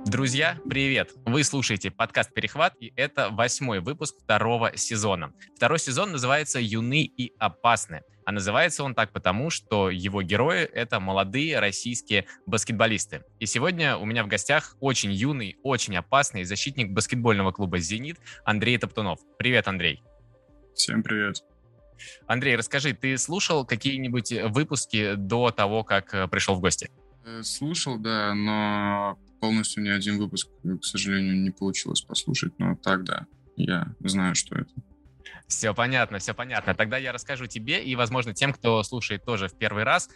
Друзья, привет! Вы слушаете подкаст «Перехват», и это 8-й выпуск второго сезона. Второй сезон называется «Юны и опасны». А называется он так потому, что его герои — это молодые российские баскетболисты. И сегодня у меня в гостях очень юный, очень опасный защитник баскетбольного клуба «Зенит» Андрей Топтунов. Привет, Андрей! Всем привет! Андрей, расскажи, ты слушал какие-нибудь выпуски до того, как пришел в гости? Слушал, да, но полностью ни один выпуск, к сожалению, не получилось послушать. Но так, да, я знаю, что это. Все понятно, все понятно. Тогда я расскажу тебе и, возможно, тем, кто слушает тоже в первый раз.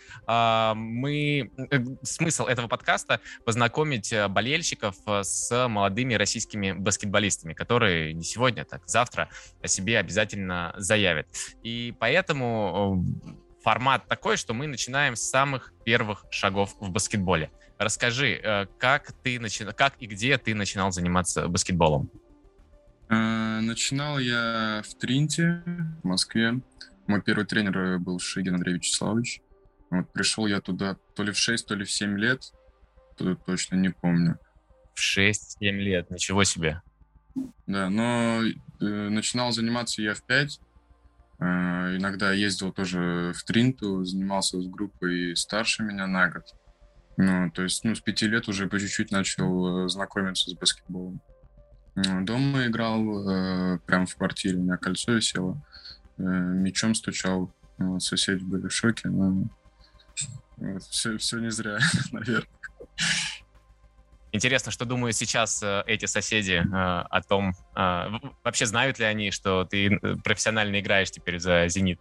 Смысл этого подкаста — познакомить болельщиков с молодыми российскими баскетболистами, которые не сегодня, так завтра о себе обязательно заявят. И поэтому формат такой, что мы начинаем с самых первых шагов в баскетболе. Расскажи, как и где ты начинал заниматься баскетболом? Начинал я в Тринте, в Москве. Мой первый тренер был Шигин Андрей Вячеславович. Вот пришел я туда то ли в 6, то ли в 7 лет. Точно не помню. В 6-7 лет, ничего себе. Да, но начинал заниматься я в 5. Иногда ездил тоже в Тринту, занимался с группой старше меня на год. Ну, то есть, с 5 лет уже по чуть-чуть начал знакомиться с баскетболом. Дома играл, прямо в квартире, у меня кольцо висело, мячом стучал, соседи были в шоке, но все не зря, наверное. Интересно, что думают сейчас эти соседи о том, вообще знают ли они, что ты профессионально играешь теперь за «Зенит»?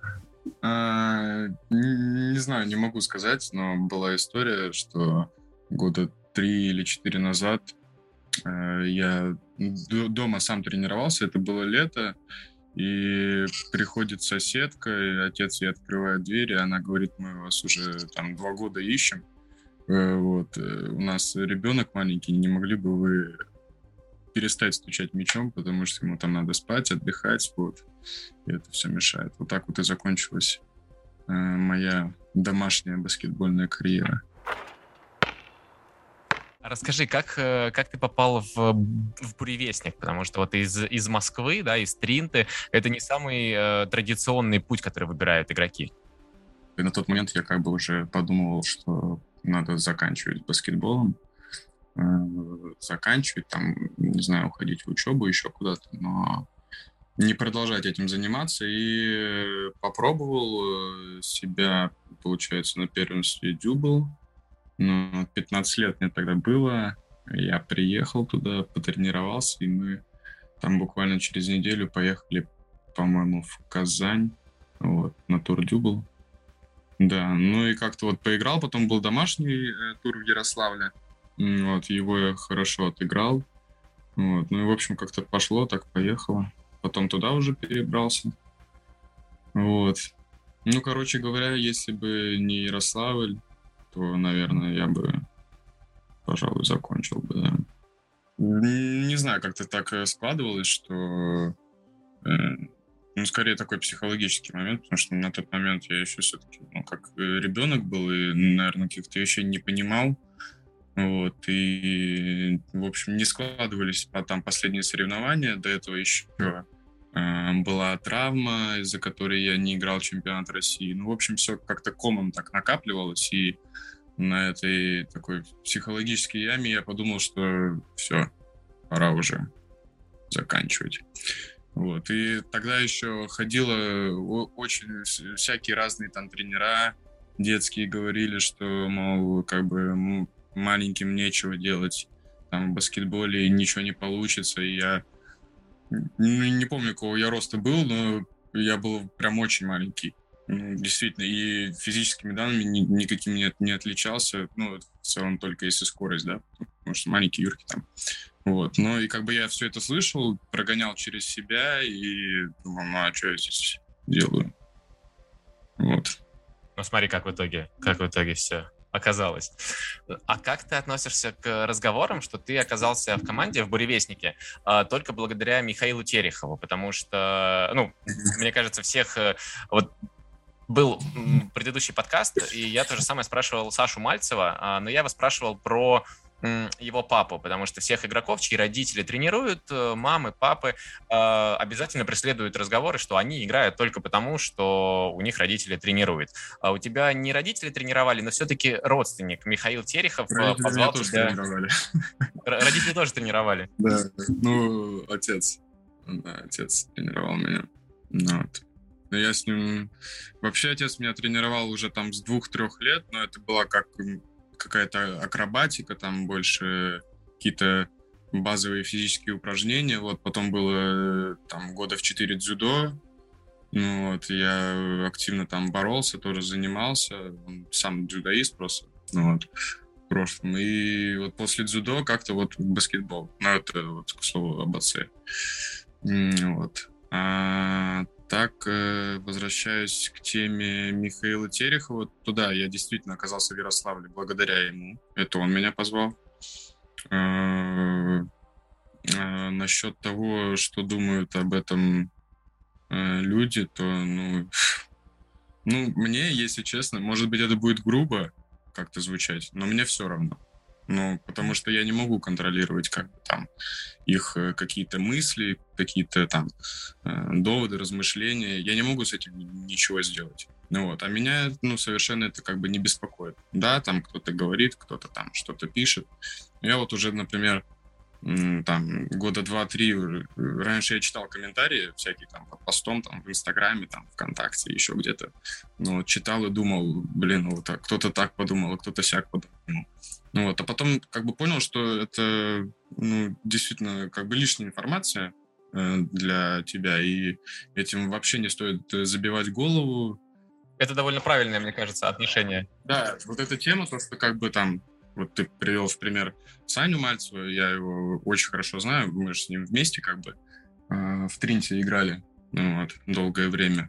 Не знаю, не могу сказать, но была история, что года 3 или 4 назад я дома сам тренировался, это было лето, и приходит соседка, и отец ей открывает дверь, и она говорит: мы вас уже там 2 года ищем, у нас ребенок маленький, не могли бы вы перестать стучать мячом, потому что ему там надо спать, отдыхать, и это все мешает. Вот так вот и закончилась моя домашняя баскетбольная карьера. Расскажи, как ты попал в «Буревестник»? Потому что вот из Москвы, да, из Тринты, это не самый традиционный путь, который выбирают игроки. И на тот момент я как бы уже подумывал, что надо заканчивать баскетболом, заканчивать, там, не знаю, уходить в учебу, еще куда-то, но не продолжать этим заниматься. И попробовал себя, получается, на первенстве Дюбл. 15 лет мне тогда было. Я приехал туда, потренировался, и мы там буквально через неделю поехали, по-моему, в Казань, на тур Дюбл. Да, и как-то поиграл, потом был домашний тур в Ярославле. Его я хорошо отыграл. И, в общем, как-то пошло, так поехало. Потом туда уже перебрался. Короче говоря, если бы не Ярославль, то, наверное, я бы, пожалуй, закончил бы, да. Не знаю, как-то так складывалось, что... скорее такой психологический момент, потому что на тот момент я еще все-таки, как ребенок был, и, наверное, каких-то вещей не понимал. И, в общем, не складывались там последние соревнования. До этого еще была травма, из-за которой я не играл чемпионат России. В общем, все как-то комом так накапливалось, и на этой такой психологической яме я подумал, что все, пора уже заканчивать. И тогда еще ходило очень всякие разные там тренера детские, говорили, что, мол, как бы маленьким нечего делать там в баскетболе, ничего не получится. И я не помню, какого я роста был, но я был прям очень маленький. Действительно, и физическими данными никаким не отличался. В целом только если скорость, да, потому что маленький юркий там. И как бы я все это слышал, прогонял через себя и думал, а что я здесь делаю? Смотри, как в итоге все оказалось. А как ты относишься к разговорам, что ты оказался в команде в «Буревестнике» только благодаря Михаилу Терехову? Потому что, мне кажется, всех... Был предыдущий подкаст, и я то же самое спрашивал Сашу Мальцева, но я его спрашивал про его папу, потому что всех игроков, чьи родители тренируют, мамы, папы, обязательно преследуют разговоры, что они играют только потому, что у них родители тренируют. А у тебя не родители тренировали, но все-таки родственник Михаил Терехов Родители меня позвал тоже тебя... тренировали. Родители тоже тренировали? Да, ну, отец. Да, отец тренировал меня. Ну, вот. Но я с ним... Вообще, отец меня тренировал уже там с 2-3 лет, но это была как какая-то акробатика, там больше какие-то базовые физические упражнения. Вот потом было там года в 4 дзюдо. Ну вот, я активно там боролся, тоже занимался. Он сам дзюдоист просто. Ну вот, в прошлом. И вот после дзюдо как-то вот баскетбол. Ну, это вот, к слову, об отце. Вот. Так, возвращаюсь к теме Михаила Терехова. Туда я действительно оказался в Ярославле благодаря ему. Это он меня позвал. Насчет того, что думают об этом люди, то, ну, мне, если честно, может быть, это будет грубо как-то звучать, но мне все равно. Ну, потому что я не могу контролировать как бы там их какие-то мысли, какие-то там доводы, размышления. Я не могу с этим ничего сделать. Ну вот, а меня, ну, совершенно это как бы не беспокоит. Да, там кто-то говорит, кто-то там что-то пишет. Я вот уже, например, там года 2-3 раньше я читал комментарии всякие там под постом там в Инстаграме, там ВКонтакте, еще где-то. Но читал и думал, блин, вот так, кто-то так подумал, а кто-то сяк подумал. Ну вот, а потом как бы понял, что это, ну, действительно как бы лишняя информация для тебя, и этим вообще не стоит забивать голову. Это довольно правильное, мне кажется, отношение. Да, вот эта тема, то, что как бы там вот ты привел в пример Саню Мальцева, я его очень хорошо знаю, мы же с ним вместе как бы в Тринте играли, ну, вот, долгое время.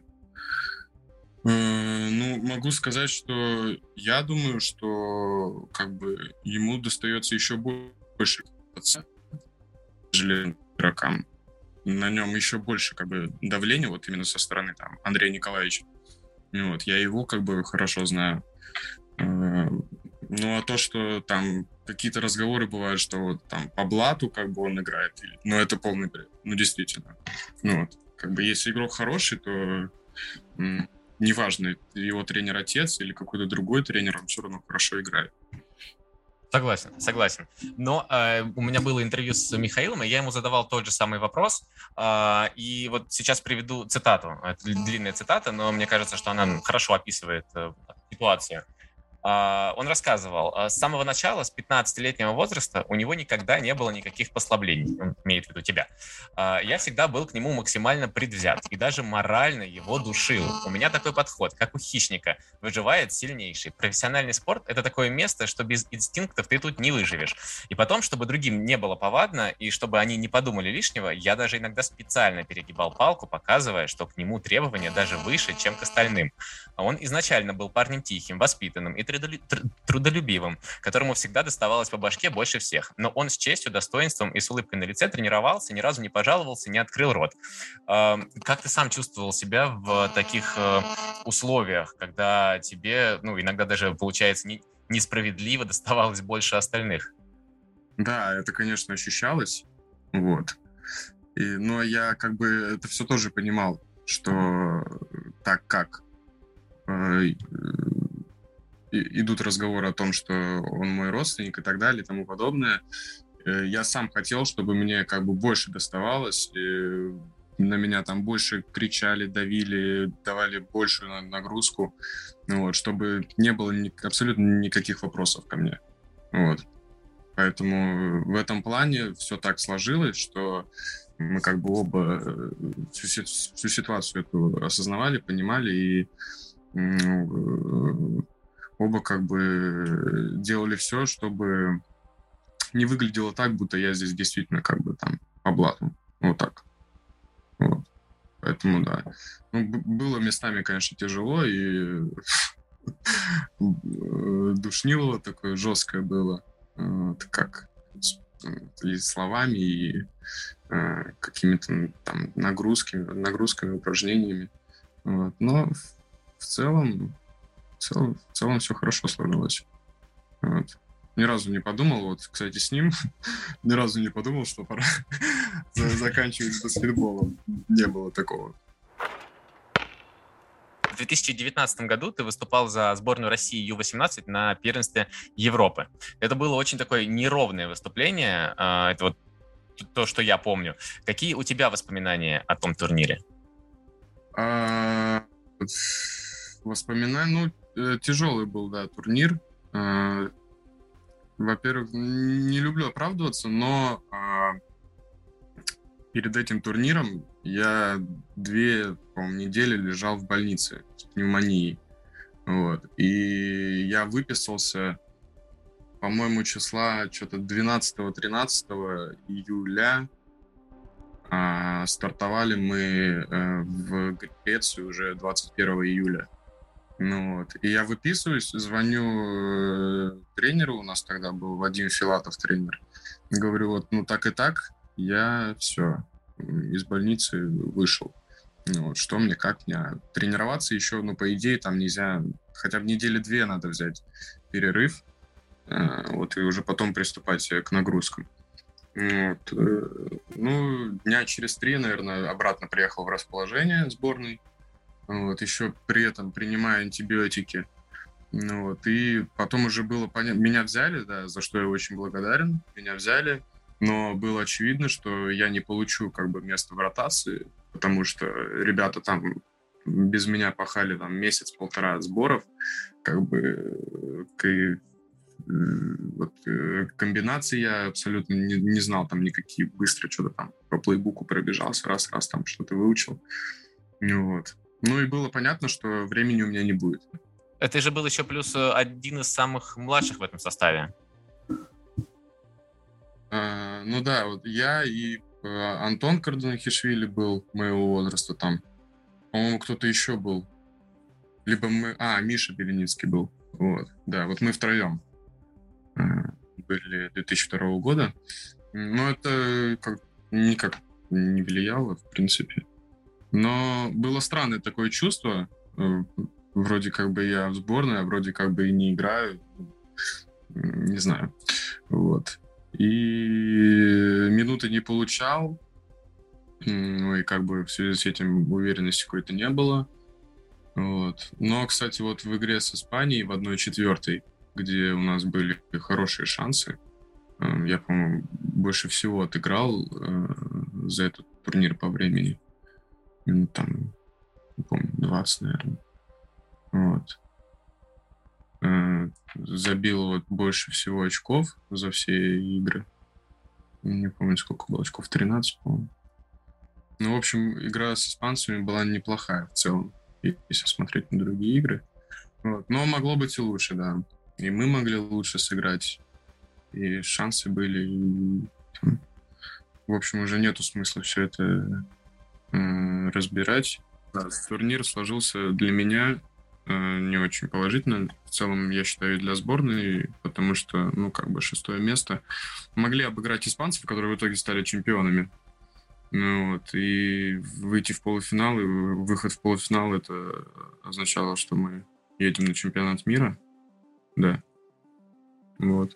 Ну, могу сказать, что я думаю, что как бы ему достается еще больше, нежели игрокам. На нем еще больше как бы давления вот именно со стороны там Андрея Николаевича. Ну, вот, я его как бы хорошо знаю. Ну, а то, что там какие-то разговоры бывают, что вот там по блату как бы он играет, ну, это полный бред. Ну, действительно. Ну, вот, как бы если игрок хороший, то неважно, его тренер-отец или какой-то другой тренер, он все равно хорошо играет. Согласен, согласен. Но у меня было интервью с Михаилом, и я ему задавал тот же самый вопрос. И вот сейчас приведу цитату. Это длинная цитата, но мне кажется, что она хорошо описывает ситуацию. Он рассказывал, с самого начала, с 15-летнего возраста, у него никогда не было никаких послаблений, он имеет в виду тебя. Я всегда был к нему максимально предвзят и даже морально его душил. У меня такой подход, как у хищника, выживает сильнейший. Профессиональный спорт — это такое место, что без инстинктов ты тут не выживешь. И потом, чтобы другим не было повадно, и чтобы они не подумали лишнего, я даже иногда специально перегибал палку, показывая, что к нему требования даже выше, чем к остальным. Он изначально был парнем тихим, воспитанным и трудолюбивым, которому всегда доставалось по башке больше всех. Но он с честью, достоинством и с улыбкой на лице тренировался, ни разу не пожаловался, не открыл рот. Как ты сам чувствовал себя в таких условиях, когда тебе, ну, иногда даже, получается, несправедливо доставалось больше остальных? Да, это, конечно, ощущалось. Вот. Но я как бы это все тоже понимал, что так как идут разговоры о том, что он мой родственник и так далее и тому подобное. Я сам хотел, чтобы мне как бы больше доставалось, на меня там больше кричали, давили, давали большую нагрузку, вот, чтобы не было абсолютно никаких вопросов ко мне. Вот. Поэтому в этом плане все так сложилось, что мы как бы оба всю ситуацию эту осознавали, понимали и оба как бы делали все, чтобы не выглядело так, будто я здесь действительно как бы там по блату. Вот так. Вот. Поэтому да. Ну, было местами, конечно, тяжело, и душнилово такое жесткое было. Как и словами, и какими-то там нагрузками, упражнениями. Вот. Но в целом все хорошо сложилось. Вот. ни разу не подумал, вот, кстати, с ним, ни разу не подумал, что пора заканчивать с баскетболом. Не было такого. В 2019 году ты выступал за сборную России Ю-18 на первенстве Европы. Это было очень такое неровное выступление. Это вот то, что я помню. Какие у тебя воспоминания о том турнире? Воспоминания, тяжелый был, да, турнир. Во-первых, не люблю оправдываться, но перед этим турниром я 2, по-моему, недели лежал в больнице с пневмонией. Вот. И я выписался, по-моему, числа что-то 12-13 июля. Стартовали мы в Грецию уже 21 июля. Вот. И я выписываюсь, звоню тренеру, у нас тогда был Вадим Филатов тренер. Говорю, вот, так и так, я все, из больницы вышел. Вот, что мне, как мне. Тренироваться еще, по идее, там нельзя, хотя бы недели 2 надо взять перерыв, вот, и уже потом приступать к нагрузкам. Вот. Дня через 3, наверное, обратно приехал в расположение сборной. Вот, еще при этом принимая антибиотики. Вот, и потом уже было понятно, меня взяли, да, за что я очень благодарен, меня взяли, но было очевидно, что я не получу место в ротации, потому что ребята там без меня пахали там месяц-полтора сборов, комбинации я абсолютно не знал, там никакие, быстро что-то там по плейбуку пробежался, раз там что-то выучил. Вот. И было понятно, что времени у меня не будет. Это же был еще плюс один из самых младших в этом составе. Да, вот я и Антон Кардунахишвили был моего возраста там. По-моему, кто-то еще был. Либо мы... Миша Беленицкий был. Вот, да, вот мы втроем были 2002 года. Но это никак не влияло, в принципе. Но было странное такое чувство. Вроде я в сборной, а вроде и не играю. Не знаю. Вот. И минуты не получал. И в связи с этим уверенности какой-то не было. Вот. Но, кстати, вот в игре с Испанией в 1/4, где у нас были хорошие шансы, я, по-моему, больше всего отыграл за этот турнир по времени. Там, не помню, 20, наверное. Вот. Забил вот больше всего очков за все игры. Не помню, сколько было очков, 13, по-моему. В общем, игра с испанцами была неплохая в целом, если смотреть на другие игры. Вот. Но могло быть и лучше, да. И мы могли лучше сыграть, и шансы были. И, в общем, уже нету смысла все это разбирать. Да, турнир сложился для меня не очень положительно. В целом, я считаю, и для сборной, потому что, 6-е место. Могли обыграть испанцев, которые в итоге стали чемпионами. И выйти в полуфинал, и выход в полуфинал, это означало, что мы едем на чемпионат мира. Да. Вот.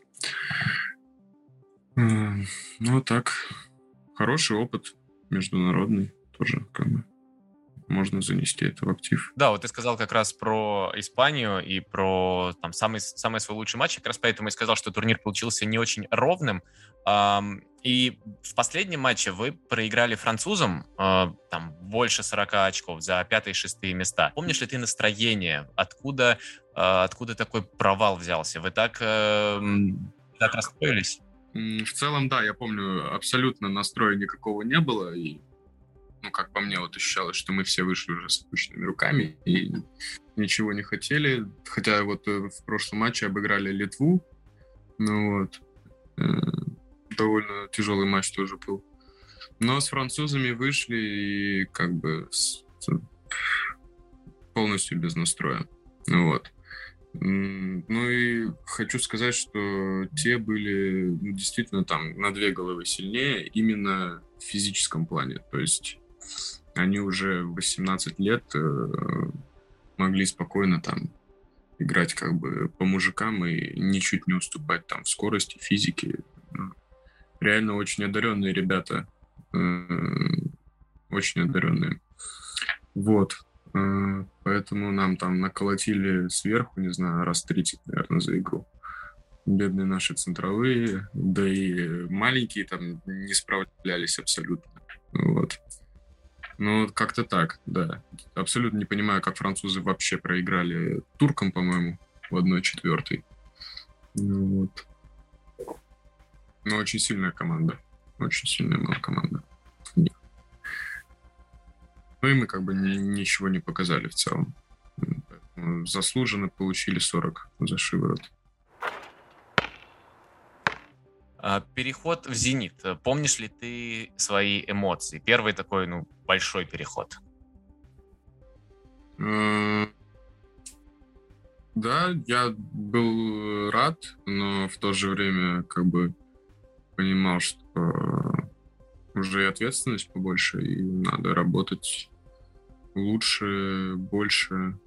Так. Хороший опыт международный тоже, можно занести это в актив. Да, вот ты сказал как раз про Испанию и про там самый свой лучший матч. Как раз поэтому я сказал, что турнир получился не очень ровным. И в последнем матче вы проиграли французам там больше 40 очков за 5 и 6 места. Помнишь ли ты настроение? Откуда такой провал взялся? Вы так расстроились? В целом, да, я помню, абсолютно настроя никакого не было. И как по мне, ощущалось, что мы все вышли уже с опущенными руками и ничего не хотели. Хотя в прошлом матче обыграли Литву. Довольно тяжелый матч тоже был. Но с французами вышли и полностью без настроя. И хочу сказать, что те были действительно там на 2 головы сильнее именно в физическом плане. То есть они уже в 18 лет могли спокойно там играть как бы по мужикам и ничуть не уступать там в скорости, физике. Ну, реально очень одаренные ребята. Очень одаренные. Вот. Поэтому нам там наколотили сверху, не знаю, раз 30, наверное, за игру. Бедные наши центровые, да и маленькие там не справлялись абсолютно. Вот. Ну, вот как-то так, да. Абсолютно не понимаю, как французы вообще проиграли туркам, по-моему, в 1/4. Ну, вот. Но очень сильная команда. Очень сильная была команда. Ну и мы как бы ничего не показали в целом. Поэтому заслуженно получили 40 за шиворот. Переход в «Зенит». Помнишь ли ты свои эмоции? Первый такой, большой переход. Да, я был рад, но в то же время как бы понимал, что уже и ответственность побольше, и надо работать лучше, больше.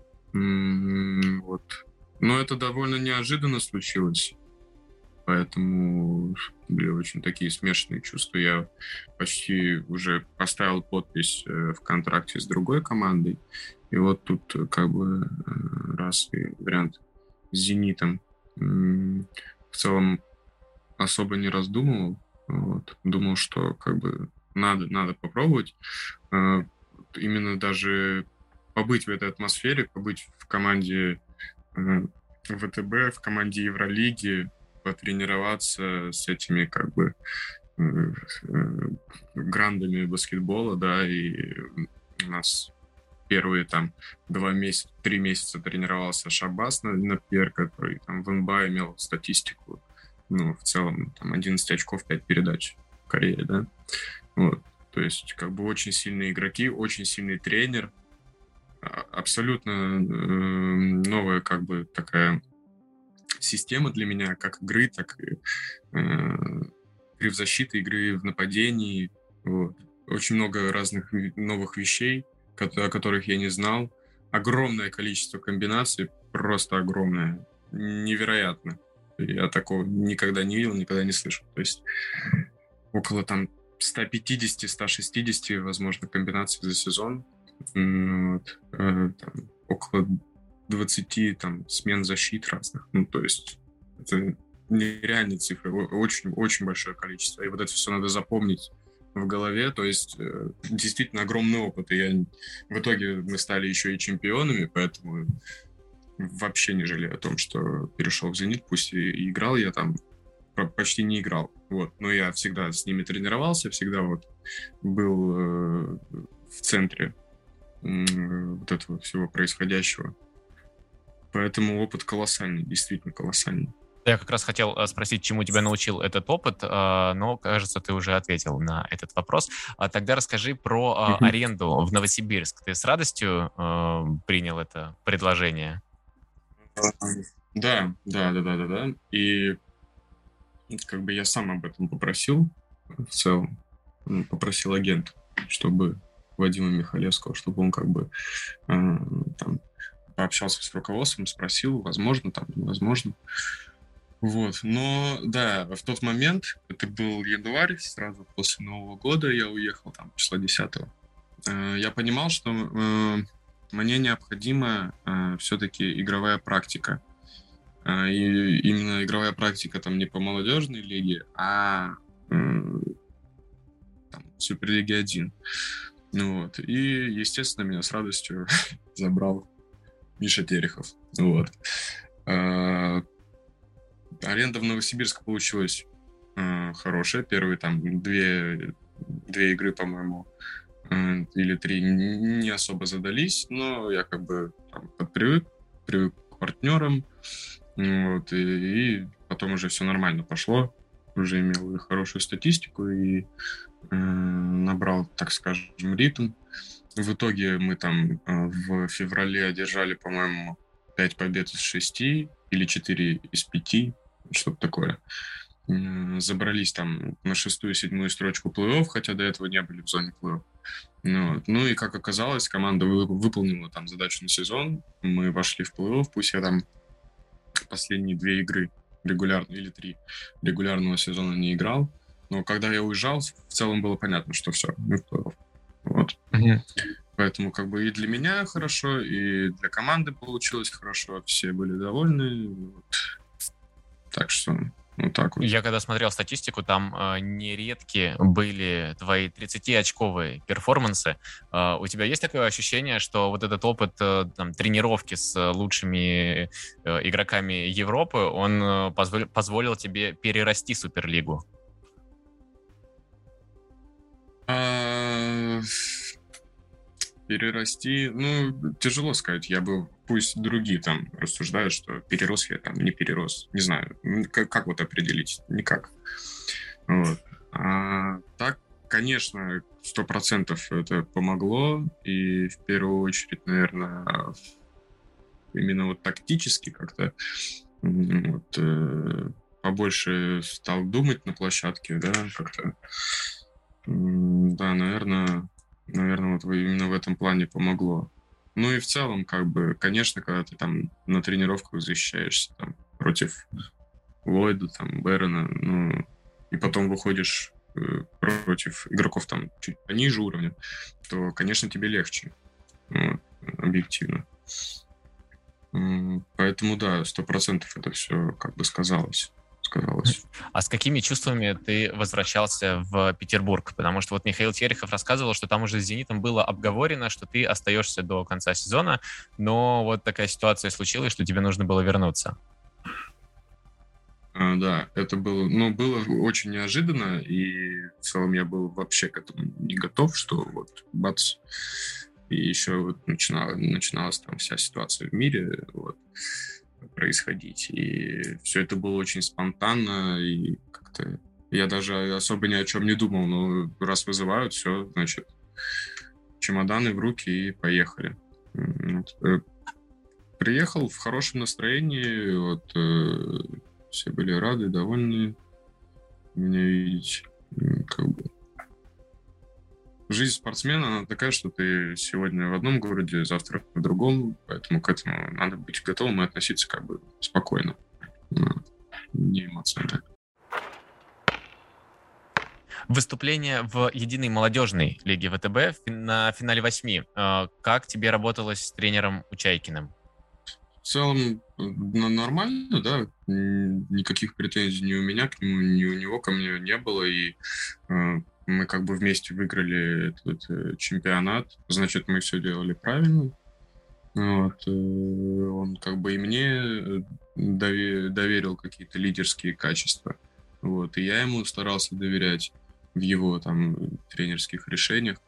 Вот. Но это довольно неожиданно случилось, поэтому были очень такие смешанные чувства. Я почти уже поставил подпись в контракте с другой командой, и вот тут как бы раз и вариант с «Зенитом». В целом особо не раздумывал. Вот. Думал, что как бы надо попробовать. Именно даже побыть в этой атмосфере, побыть в команде ВТБ, в команде Евролиги, потренироваться с этими как бы грандами баскетбола, да, и у нас первые там 3 месяца тренировался Шабас Напьер, который там в НБА имел статистику, в целом там 11 очков, 5 передач в карьере, да. Вот. То есть как бы очень сильные игроки, очень сильный тренер, абсолютно новая как бы такая система для меня, как игры, так и игры в защите, игры в нападении. Вот. Очень много разных новых вещей, о которых я не знал. Огромное количество комбинаций, просто огромное, невероятно. Я такого никогда не видел, никогда не слышал. То есть около там 150-160, возможно, комбинаций за сезон. Вот. Там, около 20 там, смен защит разных. То есть это нереальные цифры, очень большое количество. И вот это все надо запомнить в голове. То есть действительно огромный опыт. И в итоге мы стали еще и чемпионами, поэтому вообще не жалею о том, что перешел в «Зенит». Пусть и играл я там, почти не играл. Вот. Но я всегда с ними тренировался, всегда вот был в центре вот этого всего происходящего. Поэтому опыт колоссальный, действительно колоссальный. Я как раз хотел спросить, чему тебя научил этот опыт, но, кажется, ты уже ответил на этот вопрос. Тогда расскажи про аренду в Новосибирск. Ты с радостью принял это предложение? Да. И как бы я сам об этом попросил в целом. Попросил агента, чтобы Вадима Михалевского, чтобы он как бы там пообщался с руководством, спросил, возможно, там, невозможно. Вот, но, да, в тот момент, это был январь, сразу после Нового года я уехал, там, числа 10-го. Я понимал, что мне необходима все-таки игровая практика. И именно игровая практика там не по молодежной лиге, а там, Суперлиге 1. Вот. И, естественно, меня с радостью забрал Миша Терехов. Вот. Аренда в Новосибирск получилась хорошая. Первые там две игры, по-моему, или 3 не особо задались, но я как бы там привык к партнерам. Вот, и потом уже все нормально пошло. Уже имел и хорошую статистику, и набрал, так скажем, ритм. В итоге мы там в феврале одержали, по-моему, 5 побед из 6 или 4 из 5, что-то такое. Забрались там на 6-ю, 7-ю строчку плей-офф, хотя до этого не были в зоне плей-офф. Вот. Ну и, как оказалось, команда выполнила там задачу на сезон. Мы вошли в плей-офф, пусть я там последние 2 игры регулярно или 3 регулярного сезона не играл. Но когда я уезжал, в целом было понятно, что все, мы в плей-офф. Вот. Мгм. Поэтому как бы и для меня хорошо, и для команды получилось хорошо. Все были довольны. Вот. Так что вот так вот. Я когда смотрел статистику, там нередки были твои 30-очковые перформансы. У тебя есть такое ощущение, что вот этот опыт там, тренировки с лучшими игроками Европы, он позволил тебе перерасти Суперлигу? А, Перерасти, ну, тяжело сказать. Я бы, пусть другие там рассуждают, что перерос я там, не перерос. Не знаю, как вот определить? Никак. Вот. А так, конечно, 100% это помогло. И в первую очередь, наверное, именно вот тактически как-то вот, побольше стал думать на площадке, да, как-то. Да, наверное, вот именно в этом плане помогло. Ну и в целом, как бы, конечно, когда ты там на тренировках защищаешься там, против Ллойда, там, Бэрона, ну, и потом выходишь против игроков там чуть пониже уровня, то, конечно, тебе легче, вот, объективно. Поэтому, да, 100% это все как бы сказалось. А с какими чувствами ты возвращался в Петербург? Потому что вот Михаил Терехов рассказывал, что там уже с «Зенитом» было обговорено, что ты остаешься до конца сезона, но вот такая ситуация случилась, что тебе нужно было вернуться. Да, это было, ну, было очень неожиданно, и в целом я был вообще к этому не готов, что вот бац, и еще вот начиналась там вся ситуация в мире вот, происходить, и все это было очень спонтанно, и как-то я даже особо ни о чем не думал, но раз вызывают, все, значит, чемоданы в руки и поехали. Вот. Приехал в хорошем настроении, вот, все были рады, довольны меня видеть. Как бы. Жизнь спортсмена, она такая, что ты сегодня в одном городе, завтра в другом, поэтому к этому надо быть готовым и относиться как бы спокойно, не эмоционально. Выступление в единой молодежной лиге ВТБ на финале 8. Как тебе работалось с тренером Учайкиным? В целом нормально, да, никаких претензий ни у меня к нему, ни у него ко мне не было, и мы как бы вместе выиграли этот чемпионат, значит, мы все делали правильно. Вот, он как бы и мне доверил какие-то лидерские качества, вот, и я ему старался доверять в его там тренерских решениях,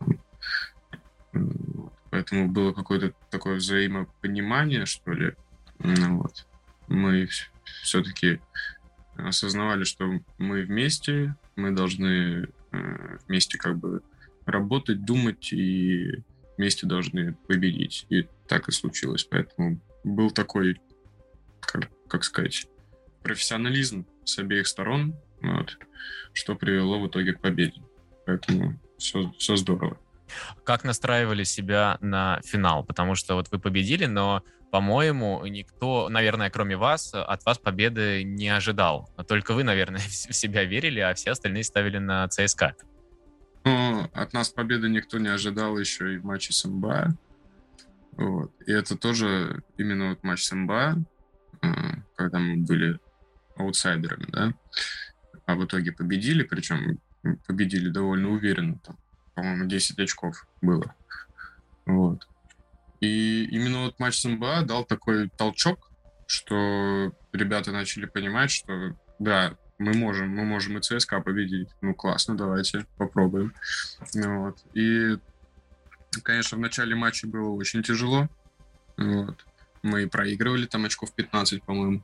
вот. Поэтому было какое-то такое взаимопонимание, что ли. Вот. Мы все-таки осознавали, что мы вместе, мы должны вместе как бы работать, думать и вместе должны победить. И так и случилось. Поэтому был такой, как сказать, профессионализм с обеих сторон, вот, что привело в итоге к победе. Поэтому все здорово. Как настраивали себя на финал? Потому что вот вы победили, но, по-моему, никто, наверное, кроме вас, от вас победы не ожидал. Только вы, наверное, в себя верили, а все остальные ставили на ЦСКА. Но от нас победы никто не ожидал еще и в матче с МБА. Вот. И это тоже именно вот матч с МБА, когда мы были аутсайдерами, да, а в итоге победили, причем победили довольно уверенно, там, по-моему, 10 очков было. Вот. И именно вот матч с МБА дал такой толчок, что ребята начали понимать, что да, мы можем и ЦСКА победить. Ну, классно, давайте попробуем. Вот. И, конечно, в начале матча было очень тяжело. Вот. Мы проигрывали там очков 15, по-моему.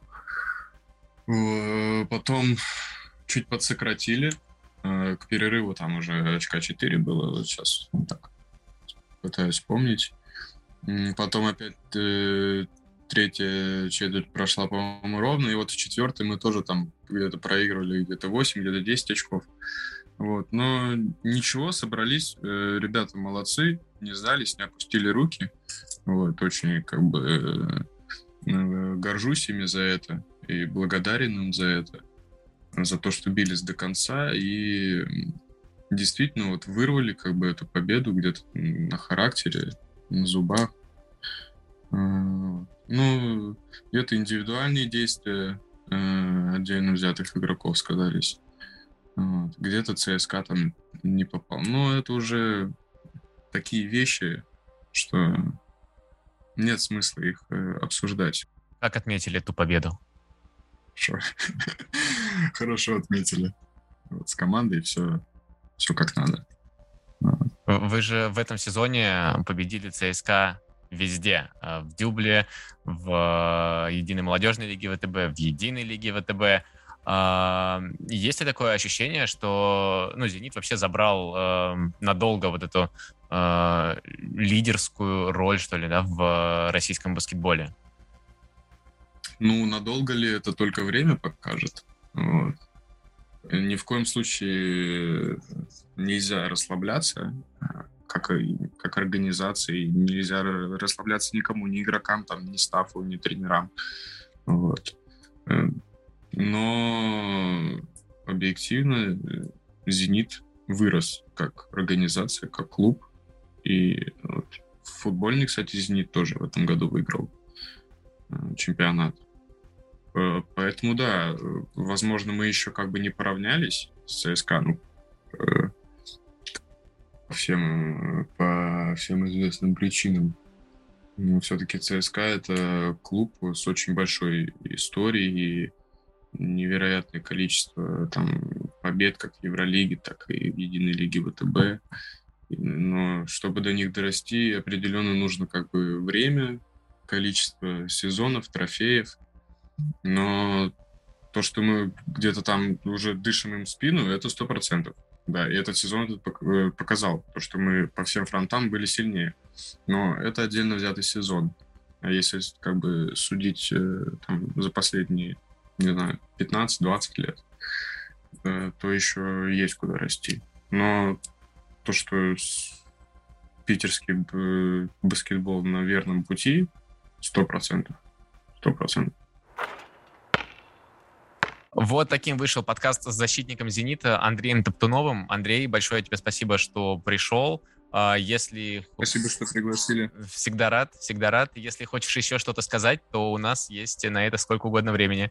Потом чуть подсократили. К перерыву там уже очка 4 было. Вот сейчас так пытаюсь вспомнить. Потом опять третья четверть прошла, по-моему, ровно. И вот в четвертой мы тоже там где-то проигрывали, где-то 8, где-то 10 очков. Вот. Но ничего, собрались, ребята молодцы, не сдались, не опустили руки. Вот. Очень как бы горжусь ими за это и благодарен им за это, за то, что бились до конца и действительно вот вырвали как бы эту победу где-то на характере, на зубах. Ну, где-то индивидуальные действия отдельно взятых игроков сказались. Вот. Где-то ЦСКА там не попал. Но это уже такие вещи, что нет смысла их обсуждать. Как отметили эту победу? Хорошо отметили. Вот, с командой все как надо. Вы же в этом сезоне победили ЦСКА везде. В Дюбле, в Единой молодежной лиге ВТБ, в Единой лиге ВТБ. Есть ли такое ощущение, что «Зенит» вообще забрал надолго вот эту лидерскую роль, что ли, да, в российском баскетболе? Ну, надолго ли, это только время покажет. Вот. Ни в коем случае нельзя расслабляться, как организации. Нельзя расслабляться никому, ни игрокам, там, ни стафу, ни тренерам. Вот. Но объективно «Зенит» вырос как организация, как клуб. И вот, футбольный, кстати, «Зенит» тоже в этом году выиграл чемпионат. Поэтому, да, возможно, мы еще как бы не поравнялись с ЦСКА, по всем известным причинам. Но все-таки ЦСКА — это клуб с очень большой историей и невероятное количество там побед как в Евролиге, так и в Единой лиге ВТБ. Но чтобы до них дорасти, определенно нужно как бы время, количество сезонов, трофеев. Но то, что мы где-то там уже дышим им в спину, это 100%. Да, и этот сезон показал, то, что мы по всем фронтам были сильнее. Но это отдельно взятый сезон. А если как бы судить там, за последние, не знаю, 15-20 лет, то еще есть куда расти. Но то, что питерский баскетбол на верном пути, 100%. 100%. Вот таким вышел подкаст с защитником «Зенита» Андреем Топтуновым. Андрей, большое тебе спасибо, что пришел. Спасибо, что пригласили. Всегда рад, всегда рад. Если хочешь еще что-то сказать, то у нас есть на это сколько угодно времени.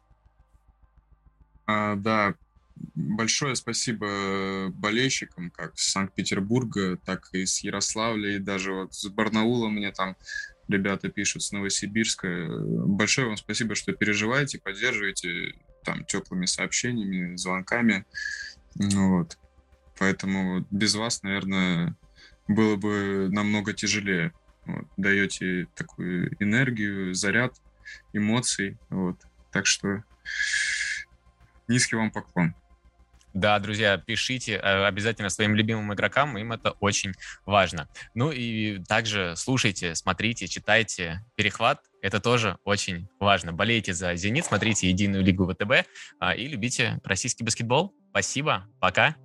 Да, большое спасибо болельщикам, как с Санкт-Петербурга, так и с Ярославля, и даже вот с Барнаула мне там ребята пишут, с Новосибирска. Большое вам спасибо, что переживаете, поддерживаете там теплыми сообщениями, звонками. Вот. Поэтому без вас, наверное, было бы намного тяжелее. Вот. Даете такую энергию, заряд, эмоций. Вот. Так что низкий вам поклон. Да, друзья, пишите обязательно своим любимым игрокам, им это очень важно. Ну и также слушайте, смотрите, читайте «Перехват», это тоже очень важно. Болейте за «Зенит», смотрите «Единую лигу ВТБ» и любите российский баскетбол. Спасибо, пока.